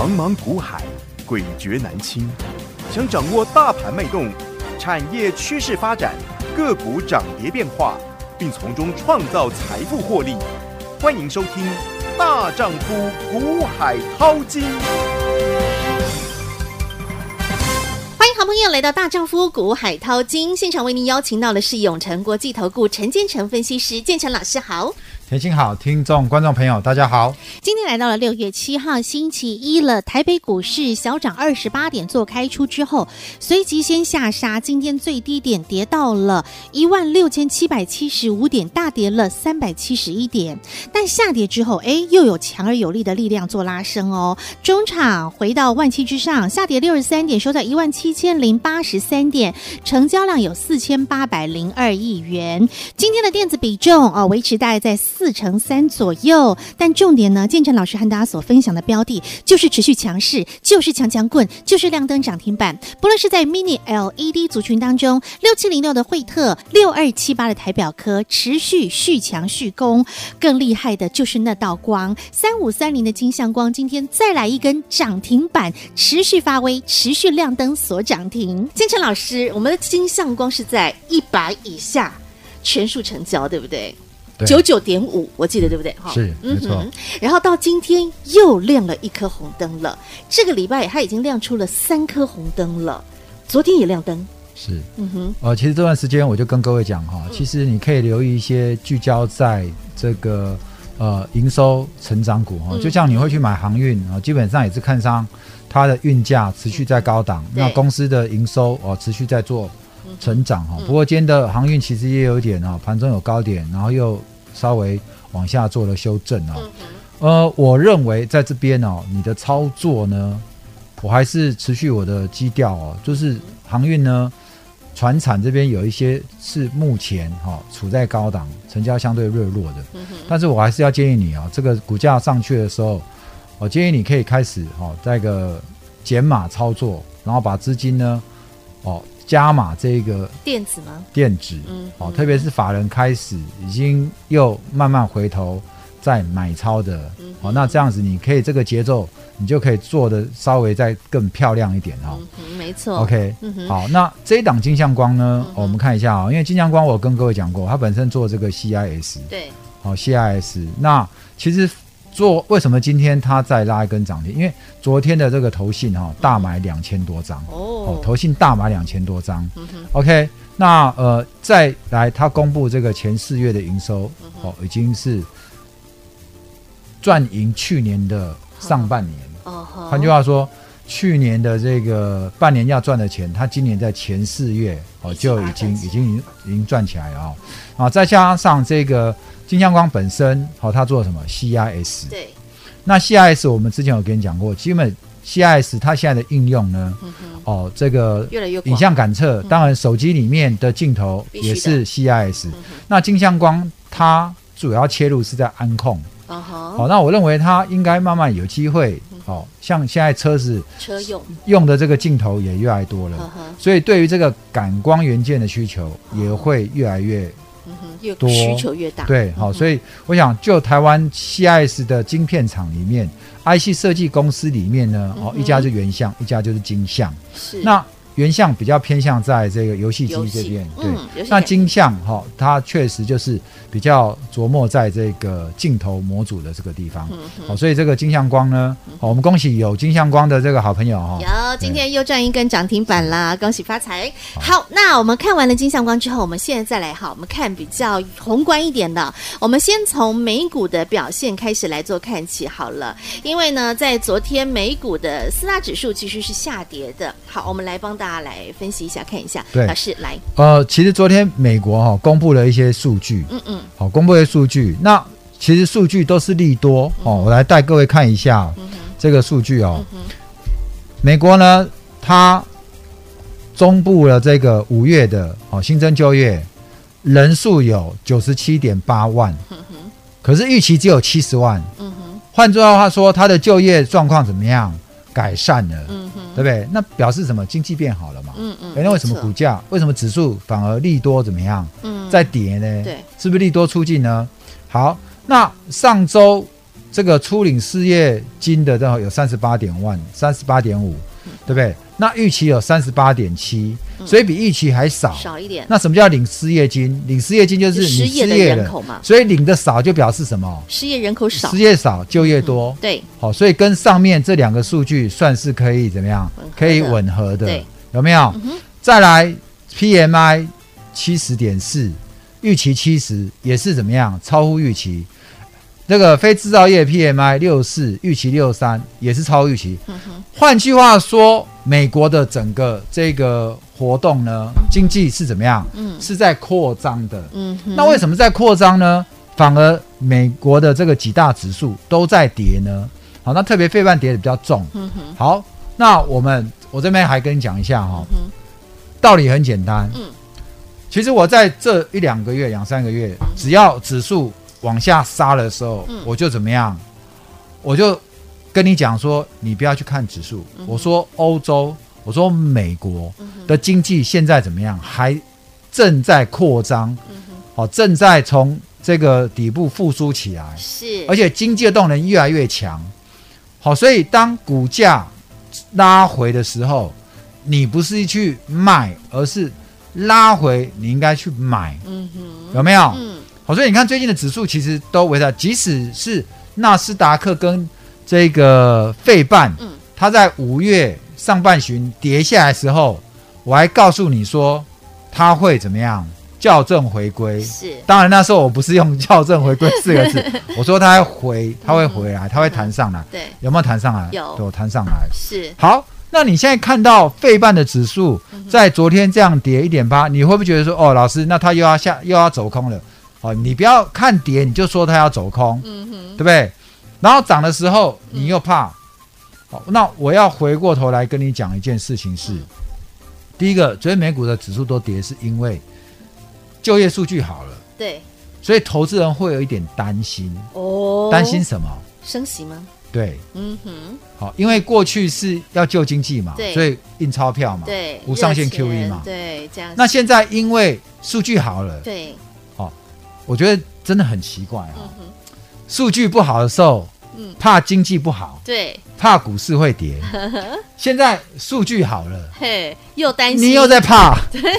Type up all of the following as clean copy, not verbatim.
茫茫股海，诡谲难清。想掌握大盘脉动、产业趋势发展、个股涨跌变化，并从中创造财富获利，欢迎收听《大丈夫股海淘金》。 欢迎好朋友来到大丈夫股海淘金现场，为您邀请到的是永诚国际投顾陈建成分析师，建成老师好。 田心好，听众观众朋友大家好。 今天来到了6月7号星期一了，台北股市小涨28点做开出之后，随即先下杀，今天最低点跌到了16775点，大跌了371点。但下跌之后，又有强而有力的力量做拉升哦。中场回到17000之上，下跌63点，收在17083点，成交量有4802亿元。今天的电子比重维持大概在4成3左右，但重点呢，建成老师和大家所分享的标的就是持续强势，就是强强棍，就是亮灯涨停板。不论是在 mini LED 族群当中，6706的惠特，6278的台表科持续续强续攻，更厉害的就是那道光，3530的金相光今天再来一根涨停板，持续发威，持续亮灯所涨停。建成老师，我们的金相光是在100以下全数成交，对不对？99.5，我记得对不对？ 是，没错。 然后到今天又亮了一颗红灯了，这个礼拜它已经亮出了3颗红灯了，昨天也亮灯。 是，其实这段时间我就跟各位讲哈，其实你可以留意一些聚焦在这个营收成长股哈，就像你会去买航运啊，基本上也是看上它的运价持续在高档，那公司的营收持续在做成长哈。不过今天的航运其实也有一点盘中有高点，然后又稍微往下做了修正我认为在这边你的操作呢，我还是持续我的基调就是航运呢，传产这边有一些是目前处在高档，成交相对热络的，但是我还是要建议你这个股价上去的时候，我建议你可以开始在一个减码操作，然后把资金呢加码这个电子吗？ 电子，特别是法人开始已经又慢慢回头再买超的，那这样子你可以这个节奏，你就可以做的稍微再更漂亮一点没错。 OK，好，那这一档金相光呢，我们看一下因为金相光我跟各位讲过，它本身做这个 CIS， 对 ，CIS， 那其实为什么今天它再拉一根涨停？因为昨天的这个投信大买2000多张投信大买2000多张OK， 那再来它公布这个前4月的营收已经是赚赢去年的上半年换句话说，去年的这个半年要赚的钱，它今年在前4月就已经赚起来了再加上这个金相光本身它做什么 CIS， 对，那 CIS 我们之前有跟你讲过，基本 CIS 它现在的应用呢这个影像感测，当然手机里面的镜头也是 CIS，那金相光它主要切入是在安控那我认为它应该慢慢有机会像现在车用的这个镜头也越来越多了所以对于这个感光元件的需求也会越来越多， 需求越大， 对，所以我想就台湾 CIS 的晶片厂里面 IC 设计公司里面呢一家就是原相，一家就是金相，是那原相比较偏向在这个游戏机这边，对，那金相它确实就是比较琢磨在这个镜头模组的这个地方所以这个金相光呢我们恭喜有金相光的这个好朋友今天又赚一根涨停板啦，恭喜发财。好，那我们看完了金相光之后，我们现在再来我们看比较宏观一点的，我们先从美股的表现开始来做看起好了，因为呢在昨天美股的4大指数其实是下跌的。好，我们来帮大家来分析一下看一下。对，老师来其实昨天美国公布了一些数据公布了一些数据，那其实数据都是利多我来带各位看一下这个数据美国呢它公布了这个5月的新增就业人数有 97.8 万可是预期只有70万换句话说它的就业状况怎么样？改善了对不对？那表示什么？经济变好了嘛那为什么股价为什么指数反而利多怎么样在跌呢？对，是不是利多出尽呢？好，那上周这个初领失业金的有38.5，对不对？那预期有38.7，所以比预期还少一点。 那什么叫领失业金？领失业金就是你失业的人口嘛， 所以领的少就表示什么？ 失业人口少， 失业少就业多。 对， 好，所以跟上面这两个数据算是可以怎么样？可以吻合的，有没有？再来 PMI 70.4，预期70也是怎么样？超乎预期。这个非制造业 PMI 64，预期63，也是超预期。换句话说，美国的整个这个活动呢，经济是怎么样？是在扩张的。那为什么在扩张呢？反而美国的这个几大指数都在跌呢？好，那特别费半跌的比较重。好，那我这边还跟你讲一下哈，道理很简单。其实我在这2个月、2、3个月，只要指数往下杀的时候，我就怎么样？我就跟你讲说，你不要去看指数。我说欧洲，我说美国的经济现在怎么样？还正在扩张，好，正在从这个底部复苏起来， 是， 而且经济的动能越来越强。好，所以当股价拉回的时候，你不是去卖，而是拉回，你应该去买，有没有？好，所以你看最近的指数其实都围在，即使是纳斯达克跟这个费半，它在5月上半旬跌下来的时候，我还告诉你说它会怎么样校正回归。 是， 当然那时候我不是用校正回归4个字，我说它会回来，它会弹上来。 对， 有没有弹上来？ 有弹上来。 是。好， 那你现在看到费半的指数在昨天这样跌 1.8， 你会不会觉得说，哦，老师，那它又要走空了？哦，你不要看跌你就说它要走空，对不对？然后涨的时候你又怕。好，那我要回过头来跟你讲一件事情是，第一个，昨天美股的指数都跌，是因为就业数据好了， 对， 所以投资人会有一点担心。担心什么？ 升息吗？ 对，好，因为过去是要救经济嘛，所以印钞票嘛， 对， 无上限 QE 嘛， 对，这样。 那现在因为数据好了， 对， 我觉得真的很奇怪数据不好的时候，怕经济不好， 对， 怕股市会跌。现在数据好了， 嘿，又担心， 你又在怕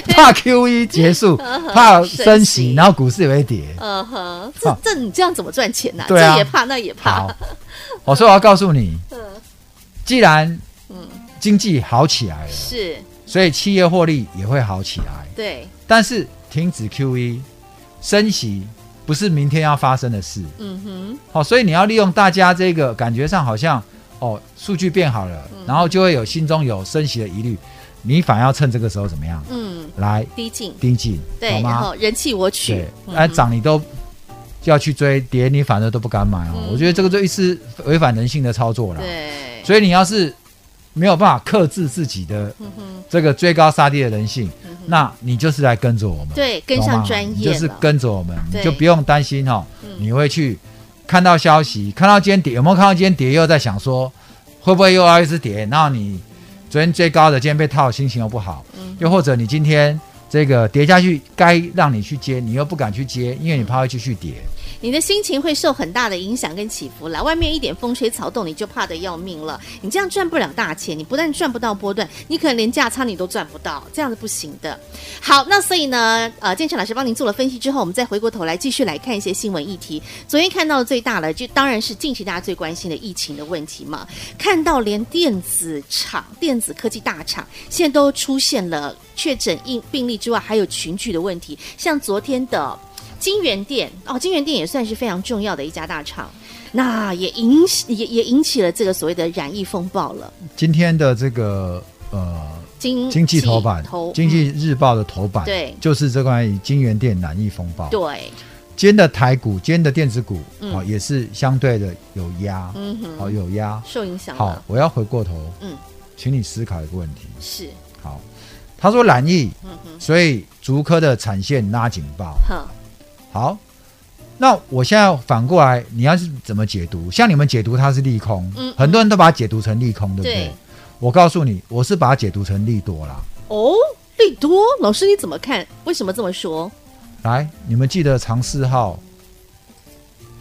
QE 结束，怕升息，然后股市也会跌。 这你这样怎么赚钱呢？ 对啊， 这也怕，那也怕。 好，所以我要告诉你，既然经济好起来了， 是， 所以企业获利也会好起来。 对， 但是停止 QE 升息不是明天要发生的事。好，所以你要利用大家这个感觉上好像数据变好了，然后就会有心中有升息的疑虑，你反而要趁这个时候怎么样？来低进， 对，然后人气我取。 对，涨你都要去追，跌你反而都不敢买我觉得这个就是违反人性的操作了。 对， 所以你要是没有办法克制自己的这个追高杀低的人性，那你就是来跟着我们， 对，跟上专业， 你就是跟着我们，你就不用担心你会去看到消息，看到今天跌，有没有看到今天跌又在想说会不会又要一直跌？然后你昨天追高的，今天被套，心情又不好，又或者你今天这个跌下去，该让你去接，你又不敢去接，因为你怕会继续跌。 你的心情会受很大的影响跟起伏啦，外面一点风吹草动你就怕得要命了，你这样赚不了大钱，你不但赚不到波段，你可能连价差你都赚不到，这样是不行的。好，那所以呢建成老师帮您做了分析之后，我们再回过头来继续来看一些新闻议题。昨天看到的最大的就当然是近期大家最关心的疫情的问题嘛，看到连电子科技大厂现在都出现了确诊病例之外还有群聚的问题，像昨天的金源店金源店也算是非常重要的一家大厂，那也引起了这个所谓的染疫风暴了。 今天的这个经济头版，经济日报的头版， 对， 就是这关于金源店染疫风暴。 对， 今天的台股，今天的电子股也是相对的有压，有压， 受影响了。 好，我要回过头，请你思考一个问题。 是， 好，他说染疫，所以竹科的产线拉警报。好，那我现在反过来，你要是怎么解读？像你们解读它是利空，很多人都把它解读成利空，对不对？我告诉你，我是把它解读成利多啦。 利多？老师你怎么看？为什么这么说？ 来，你们记得长4号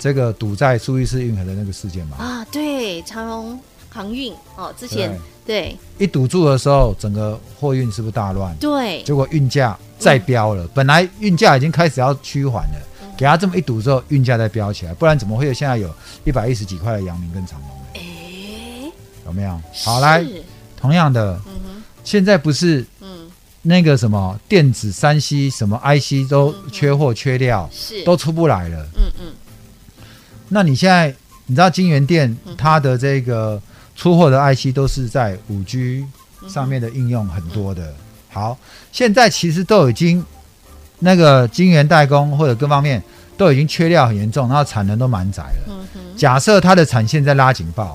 这个堵在苏伊士运河的那个事件嘛？ 啊，对，长荣航运之前对一堵住的时候，整个货运是不是大乱？ 对， 结果运价再飙了，本来运价已经开始要趋缓了，给它这么一堵之后，运价再飙起来，不然怎么会有现在有110几块的阳明跟长荣呢？有没有？好，来，同样的，现在不是那个什么电子3C什么 IC 都缺货缺料，都出不来了。那你现在你知道金源店它的这个出货的 IC 都是在5G 上面的应用很多的。好，现在其实都已经那个晶圆代工或者各方面都已经缺料很严重，然后产能都满载了。假设它的产线在拉警报，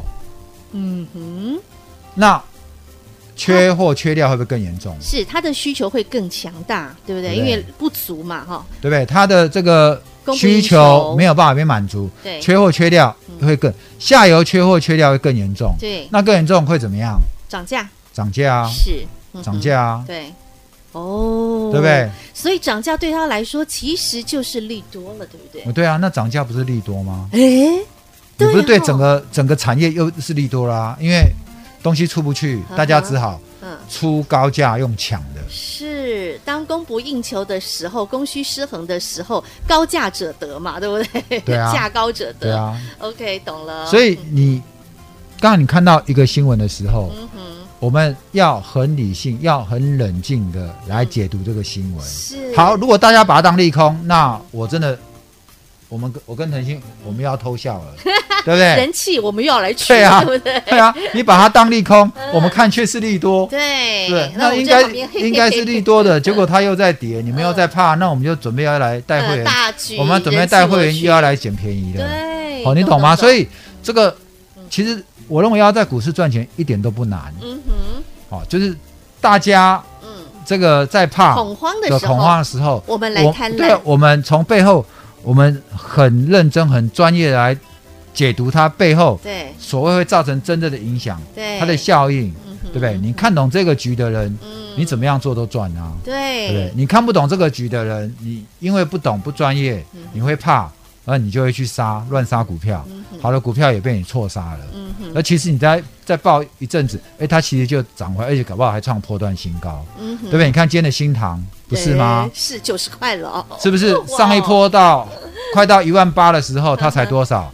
那缺货缺料会不会更严重？是， 它的需求会更强大，对不对？因为不足嘛， 对不对？它的这个需求没有办法被满足，对，缺货缺料会更下游缺货缺料会更严重，对，那更严重会怎么样？涨价啊， 是涨价啊， 对， 对不对？ 所以涨价对他来说其实就是利多了，对不对？ 对啊，那涨价不是利多吗？你不是对整个产业又是利多啦，因为东西出不去，大家只好出高价用抢的。 是，当供不应求的时候，供需失衡的时候，高价者得嘛，对不对？ 对啊， 价高者得。 对啊 ，OK， 懂了。 所以刚刚你看到一个新闻的时候，我们要很理性，要很冷静的来解读这个新闻。是。好，如果大家把它当利空，那我真的。我跟腾讯，我们要偷笑了，对不对？ 人气我们又要来取， 对啊， 对不对？ 对啊，你把它当利空，我们看却是利多， 对， 那应该是利多的，结果它又在跌，你们又在怕，那我们就准备要来带会员，我们准备带会员又要来捡便宜的， 对， 你懂吗？所以这个其实我认为要在股市赚钱一点都不难，就是大家这个在怕恐慌的时候，我们来看， 对，我们从背后。我们很认真、很专业的来解读它背后所谓会造成真正的影响，它的效应，对不对？你看懂这个局的人，你怎么样做都赚啊，对不对？你看不懂这个局的人，你因为不懂、不专业，你会怕，而你就会去乱杀股票，好的股票也被你错杀了。而其实你再抱一阵子，它其实就涨回来，而且搞不好还创波段新高，对不对？你看今天的新唐不是吗？ 是90块了， 是不是？上一波快到18000的时候，它才多少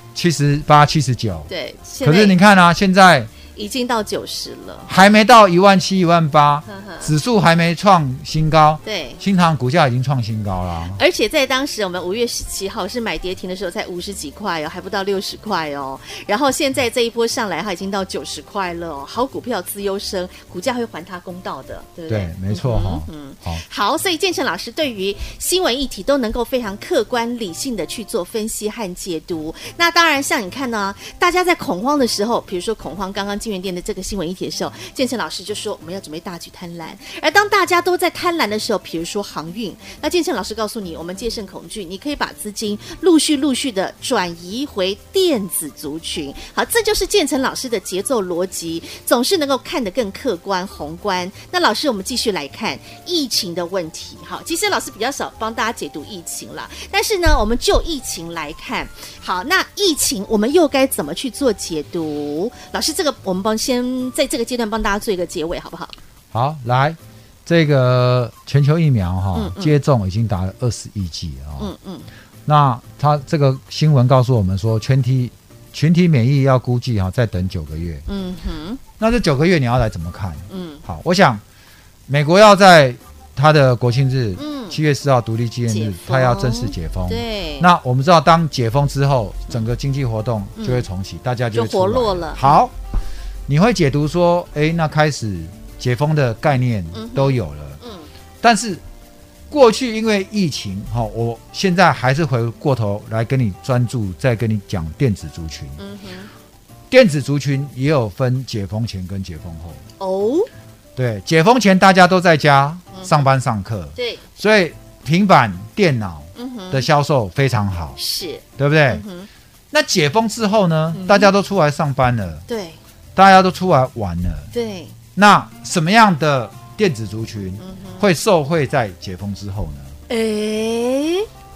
？78、79。对。可是你看啊，现在已经到90了， 还没到17000、18000，指数还没创新高。 对， 新唐股价已经创新高了。 而且在当时我们5月17号是买跌停的时候，才50几块哦，还不到60块哦。然后现在这一波上来，它已经到90块了哦。好股票资优生，股价会还他公道的，对不对？ 对，没错哈。 好，所以建成老师对于新闻议题都能够非常客观理性的去做分析和解读。那当然，像你看呢，大家在恐慌的时候，比如说恐慌刚刚金源店的这个新闻议题的时候，建成老师就说我们要准备大举贪婪。而当大家都在贪婪的时候，比如说航运，那建成老师告诉你，我们戒慎恐惧，你可以把资金陆续的转移回电子族群。好，这就是建成老师的节奏逻辑，总是能够看得更客观宏观。那老师，我们继续来看疫情的问题。好，其实老师比较少帮大家解读疫情啦，但是呢，我们就疫情来看，好，那疫情我们又该怎么去做解读？老师，这个我们先在这个阶段帮大家做一个结尾，好不好？ 好，来，这个全球疫苗接种已经达了20亿剂了那他这个新闻告诉我们说，群体免疫要估计再等9个月。那这9个月你要来怎么看？好，我想美国要在他的国庆日7月4号独立纪念日，他要正式解封。对，那我们知道，当解封之后，整个经济活动就会重启，大家就会活络了。 好，你会解读说，那开始解封的概念都有了。但是过去因为疫情，我现在还是回过头来跟你专注，再跟你讲电子族群。电子族群也有分解封前跟解封后。对，解封前大家都在家上班上课，对，所以平板电脑的销售非常好，是，对不对？那解封之后呢，大家都出来上班了，对，大家都出来玩了，对。那什么样的电子族群会受惠在解封之后呢？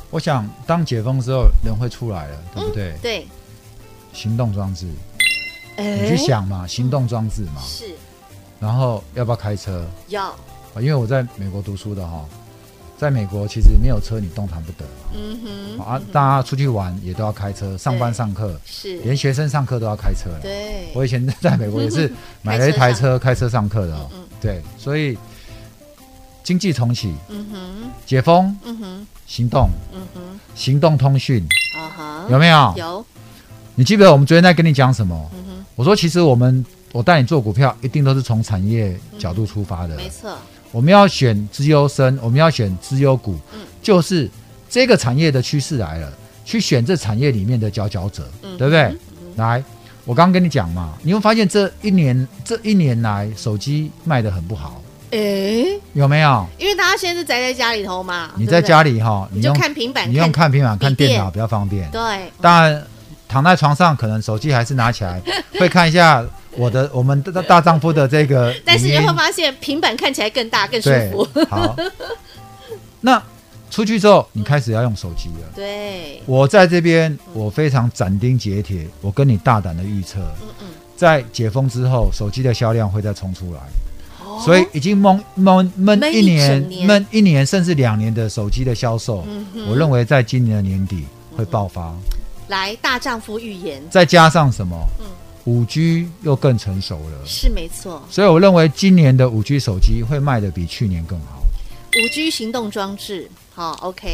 我想当解封之后人会出来了，对不对？ 对， 行动装置，你去想嘛，行动装置嘛， 是， 然后要不要开车？ 要， 因为我在美国读书的哈，在美国其实没有车你动弹不得嘛。大家出去玩也都要开车，上班上课是， 连学生上课都要开车了。 对， 我以前在美国也是买了一台车开车上课的对，所以经济重启，解封，行动，行动通讯，有没有？ 有。 你记不记得我们昨天在跟你讲什么？我说其实我带你做股票，一定都是从产业角度出发的。 没错。我们要选资优生，我们要选资优股，就是这个产业的趋势来了，去选这产业里面的佼佼者，对不对？来，我刚刚跟你讲嘛，你会发现这一年来手机卖得很不好。有没有？因为大家现在是宅在家里头嘛。 你在家里你就看平板， 你用看平板看电脑比较方便。 对， 当然躺在床上可能手机还是拿起来会看一下我们的大丈夫的这个， 但是你会发现平板看起来更大更舒服。 好，那出去之后你开始要用手机了。 对， 我在这边我非常斩钉截铁，我跟你大胆的预测，在解封之后手机的销量会再冲出来。所以已经闷一年甚至2年的手机的销售，我认为在今年的年底会爆发。 来，大丈夫预言， 再加上什么？5G 又更成熟了， 是没错。 所以我认为今年的5G 手机会卖得比去年更好。 5G 行动装置，好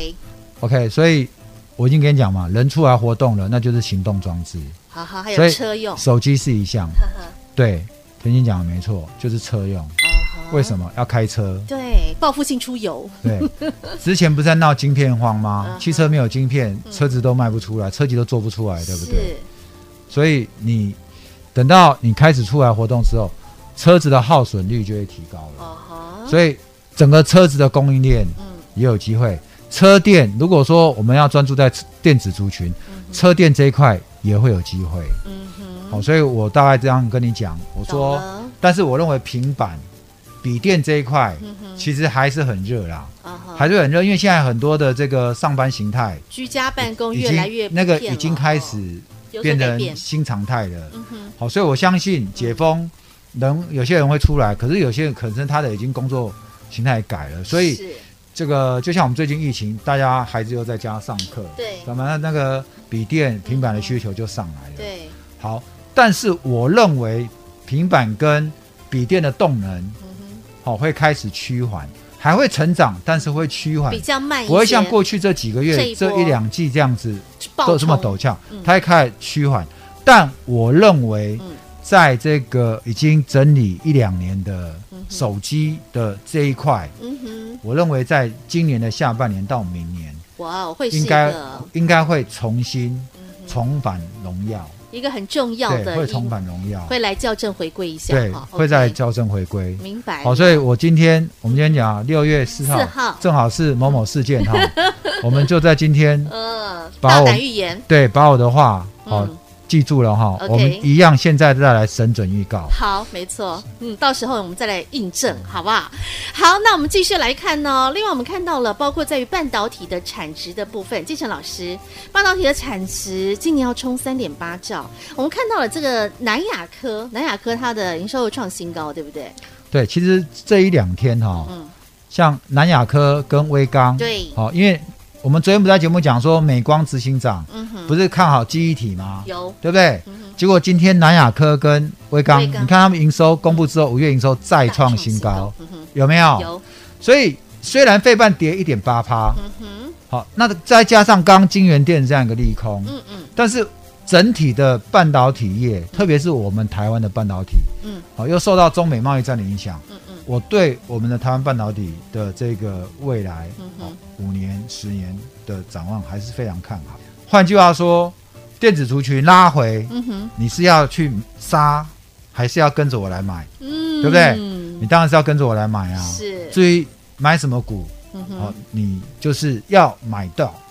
，OK， 所以我已经跟你讲嘛，人出来活动了，那就是行动装置。 好，还有车用， 手机是一项，对。曾经讲的没错，就是车用。为什么要开车？ 对，报复性出游。 对，之前不是在闹晶片荒吗？汽车没有晶片，车子都卖不出来，车级都做不出来，对不对？所以你等到你开始出来活动之后，车子的耗损率就会提高了。所以整个车子的供应链也有机会。车电如果说我们要专注在电子族群，车电这一块也会有机会。所以我大概这样跟你讲，我说，但是我认为平板、笔电这一块，其实还是很热啦，还是很热，因为现在很多的这个上班形态， 居家办公越来越那个已经开始变成新常态了。好，所以我相信解封，有些人会出来，可是有些人可能他的已经工作形态改了，所以这个就像我们最近疫情，大家孩子又在家上课， 对， 那个笔电、平板的需求就上来了。 对， 好。但是我认为平板跟笔电的动能，会开始趋缓，还会成长，但是会趋缓， 比较慢一些， 不会像过去这几个月、这1-2季这样子都这么陡峭，它会开始趋缓。但我认为，在这个已经整理1-2年的手机的这一块，我认为在今年的下半年到明年， 会是应该会重返荣耀。 一个很重要的， 会重返荣耀， 会来校正回归一下， 对，会再来校正回归， 明白。 好，所以我们今天讲6月4号，正好是某某事件哈，我们就在今天， 大胆预言， 对，把我的话记住了哈，我们一样现在再来审准预告。 好，没错，到时候我们再来印证，好不好？好，那我们继续来看呢。另外，我们看到了，包括在于半导体的产值的部分，继承老师，半导体的产值今年要冲3.8兆。我们看到了这个南亚科它的营收又创新高，对不对？ 对，其实这1-2天像南亚科跟威刚， 对， 因为我们昨天不在节目讲说美光执行长不是看好记忆体吗？ 有， 对不对？结果今天南亚科跟威刚，你看他们营收公布之后，5月营收再创新高，有没有？ 有。 所以虽然费半跌1.8%，好，那再加上刚晶圆店这样一个利空，但是整体的半导体业，特别是我们台湾的半导体，又受到中美贸易战的影响，我对我们的台湾半导体的这个未来5年、10年的展望还是非常看好。换句话说，电子族群拉回，你是要去杀，还是要跟着我来买？对不对？你当然是要跟着我来买啊。 是。 至于买什么股，你就是要买到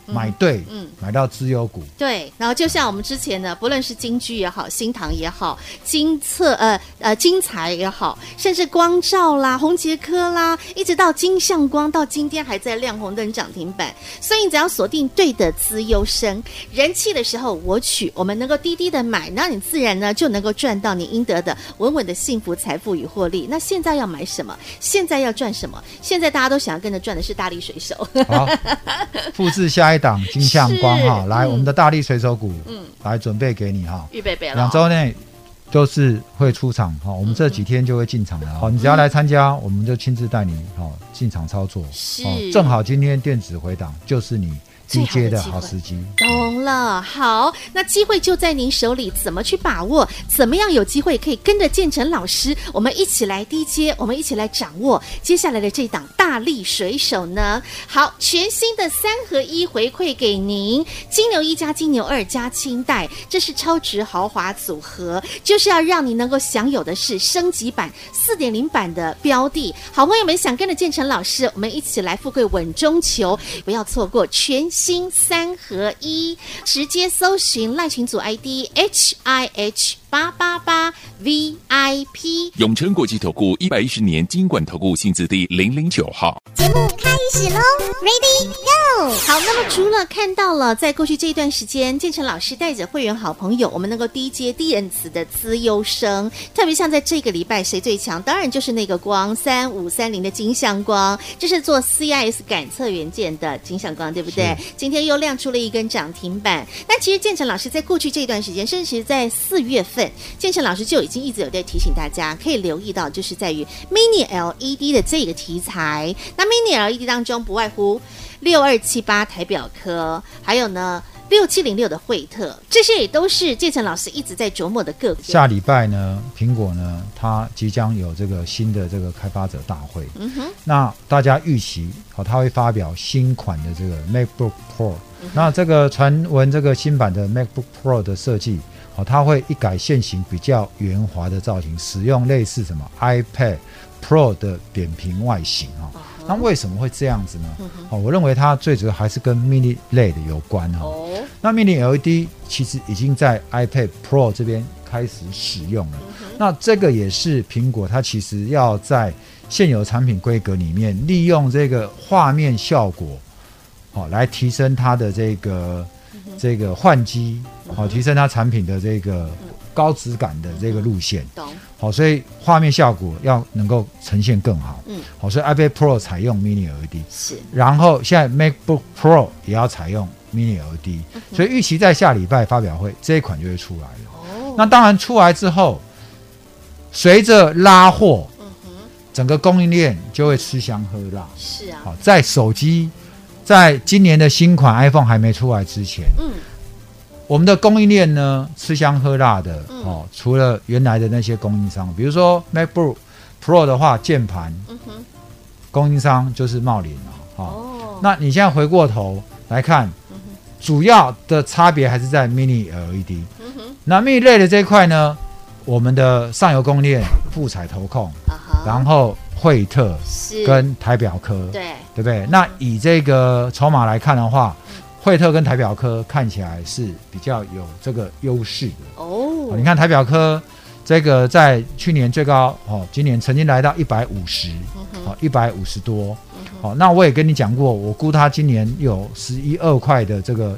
买对，买到资优股。 对，然后就像我们之前的，不论是金居也好，新唐也好，金财也好，甚至光照啦、宏捷科啦，一直到金相光，到今天还在亮红灯涨停板。所以你只要锁定对的资优生，人气的时候我取，我们能够低低的买，那你自然呢就能够赚到你应得的稳稳的幸福、财富与获利。那现在要买什么？现在要赚什么？现在大家都想要跟着赚的是大力水手。 好，复制下一档金相光哈，来，我们的大力水手股，来准备给你哈， 预备备了 ，2周内都是会出场哈，我们这几天就会进场了哈，你只要来参加，我们就亲自带你进场操作，正好今天电子回档就是你低阶的好时机。 懂了，好，那机会就在您手里，怎么去把握？怎么样有机会可以跟着建成老师，我们一起来低阶，我们一起来掌握接下来的这档大力水手呢？好，全新的3合1回馈给您，金牛1加金牛2加清代，这是超值豪华组合，就是要让你能够享有的是升级版 4.0 版的标的。好朋友们想跟着建成老师，我们一起来富贵稳中求，不要错过全新3合1，直接搜寻赖群组 ID HIH888VIP。 永诚国际投顾110年金管投顾新字第009号。 节目开始喽 ，Ready Go！ 好，那么除了看到了在过去这一段时间，建成老师带着会员好朋友，我们能够低阶低人次的资优生，特别像在这个礼拜谁最强？当然就是那个光3530的金相光，这是做 CIS 感测元件的金相光，对不对？今天又亮出了一根涨停板。那其实建成老师在过去这一段时间，甚至其实在4月份，建成老师就已经一直有在提醒大家，可以留意到，就是在于 Mini LED 的这个题材。那 Mini LED 当中不外乎6278台表科，还有呢6706的惠特，这些也都是建成老师一直在琢磨的个股。 下礼拜呢，苹果呢，它即将有这个新的这个开发者大会，那大家预期它会发表新款的这个 MacBook Pro，那这个传闻这个新版的 MacBook Pro 的设计，它会一改现行比较圆滑的造型，使用类似什么 iPad Pro 的扁平外形那为什么会这样子呢？我认为它最主要还是跟 Mini LED 有关那 Mini LED 其实已经在 iPad Pro 这边开始使用了。那这个也是苹果它其实要在现有产品规格里面利用这个画面效果来提升它的这个换机提升它产品的这个高质感的这个路线，所以画面效果要能够呈现更好，所以 iPad Pro 采用 Mini LED， 是， 然后现在 MacBook Pro 也要采用 Mini LED，所以预期在下礼拜发表会这一款就会出来了。那当然出来之后，随着拉货，整个供应链就会吃香喝辣。 是啊， 在手机在今年的新款 iPhone 还没出来之前，我们的供应链呢吃香喝辣的除了原来的那些供应商，比如说 MacBook Pro 的话，键盘供应商就是茂林那你现在回过头来看，主要的差别还是在 Mini LED。那 Mini LED 的这一块呢，我们的上游供应链富彩投控，然后惠特跟台表科，对不对？那以这个筹码来看的话，惠特跟台表科看起来是比较有这个优势的你看台表科这个在去年最高今年曾经来到150 150多那我也跟你讲过，我估它今年有11-12块的这个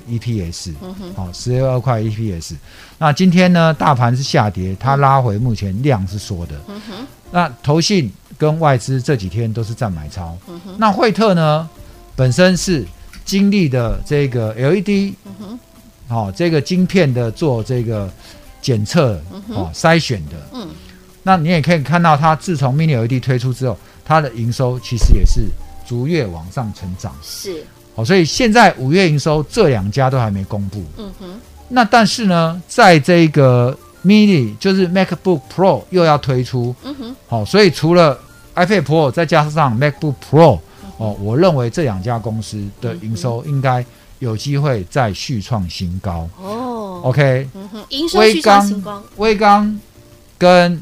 EPS11-12块 EPS。那今天呢大盘是下跌，它拉回目前量是缩的那投信跟外资这几天都是占买超那惠特呢本身是经历的这个 LED 这个晶片的做这个检测筛选的那你也可以看到它自从 Mini LED 推出之后，它的营收其实也是逐月往上成长，是所以现在5月营收这2家都还没公布那但是呢在这个 Mini 就是 MacBook Pro 又要推出所以除了 iPad Pro 再加上 MacBook Pro我认为这2家公司的营收应该有机会再续创新高OK 营收续创新高， 威刚跟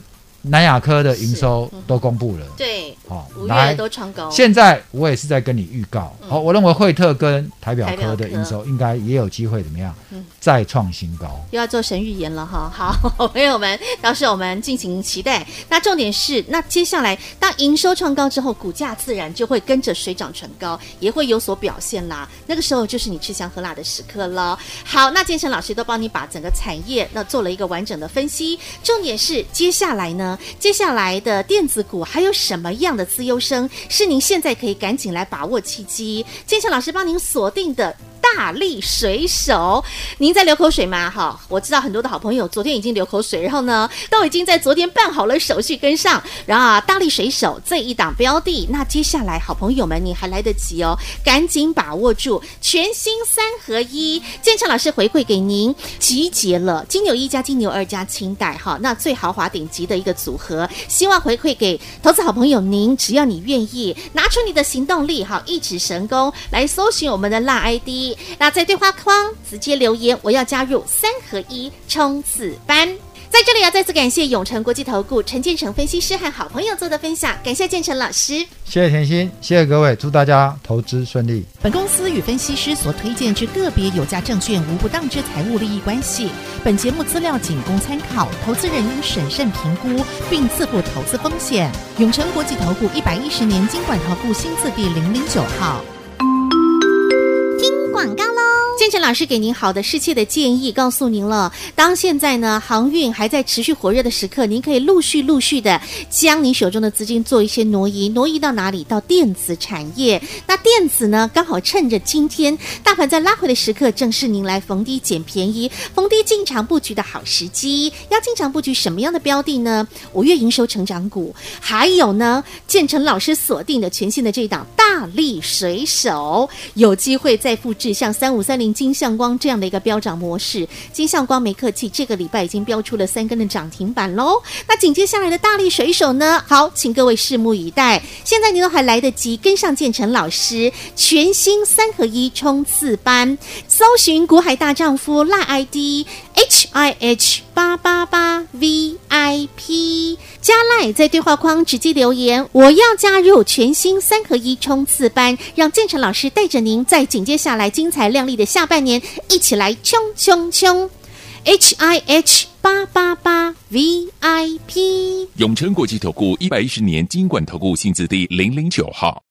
南亚科的营收都公布了， 对， 好 5月都创高。 现在我也是在跟你预告，我认为惠特跟台表科的营收应该也有机会怎么样，再创新高。 又要做神预言了哈，好，朋友们，到时候我们敬请期待。那重点是，那接下来当营收创高之后，股价自然就会跟着水涨船高，也会有所表现啦。那个时候就是你吃香喝辣的时刻了。好，那建成老师都帮你把整个产业那做了一个完整的分析。重点是接下来呢，接下来的电子股还有什么样的资优生是您现在可以赶紧来把握契机？建成老师帮您锁定的大力水手，您在流口水吗？哈，我知道很多的好朋友昨天已经流口水，然后呢，都已经在昨天办好了手续跟上。然后大力水手这一档标的，那接下来好朋友们，你还来得及哦，赶紧把握住全新3合1。建成老师回馈给您，集结了金牛1加金牛2加清代哈，那最豪华顶级的一个组合，希望回馈给投资好朋友您，只要你愿意拿出你的行动力，哈，一指神功来搜寻我们的辣 ID。那在对话框直接留言，我要加入3合1冲刺班。在这里要再次感谢永诚国际投顾陈建成分析师和好朋友做的分享，感谢建成老师， 谢谢甜心，谢谢各位，祝大家投资顺利。 本公司与分析师所推荐之个别有价证券无不当之财务利益关系，本节目资料仅供参考，投资人应审慎评估并自负投资风险。永诚国际投顾110年金管投顾新字第009号。 广告喽！建成老师给您好的适切的建议，告诉您了。当现在呢航运还在持续火热的时刻，您可以陆续的将你手中的资金做一些挪移到哪里？到电子产业。那电子呢，刚好趁着今天大盘在拉回的时刻，正是您来逢低捡便宜、逢低进场布局的好时机。要进场布局什么样的标的呢？5月营收成长股，还有呢，建成老师锁定的全新的这一档大力水手，有机会再复制像3530金相光这样的一个飙涨模式。金相光没客气，这个礼拜已经飙出了3根的涨停板咯。那紧接下来的大力水手呢？好，请各位拭目以待。现在你都还来得及跟上建成老师全新3合1冲刺班，搜寻股海大丈夫赖 ID HIH888VIP 加赖，在对话框直接留言，我要加入全新3合1冲刺班，让建成老师带着您在紧接下来精彩亮丽的下半年一起来冲冲冲。HIH888VIP 永诚国际投顾110年金管投顾新字第009号。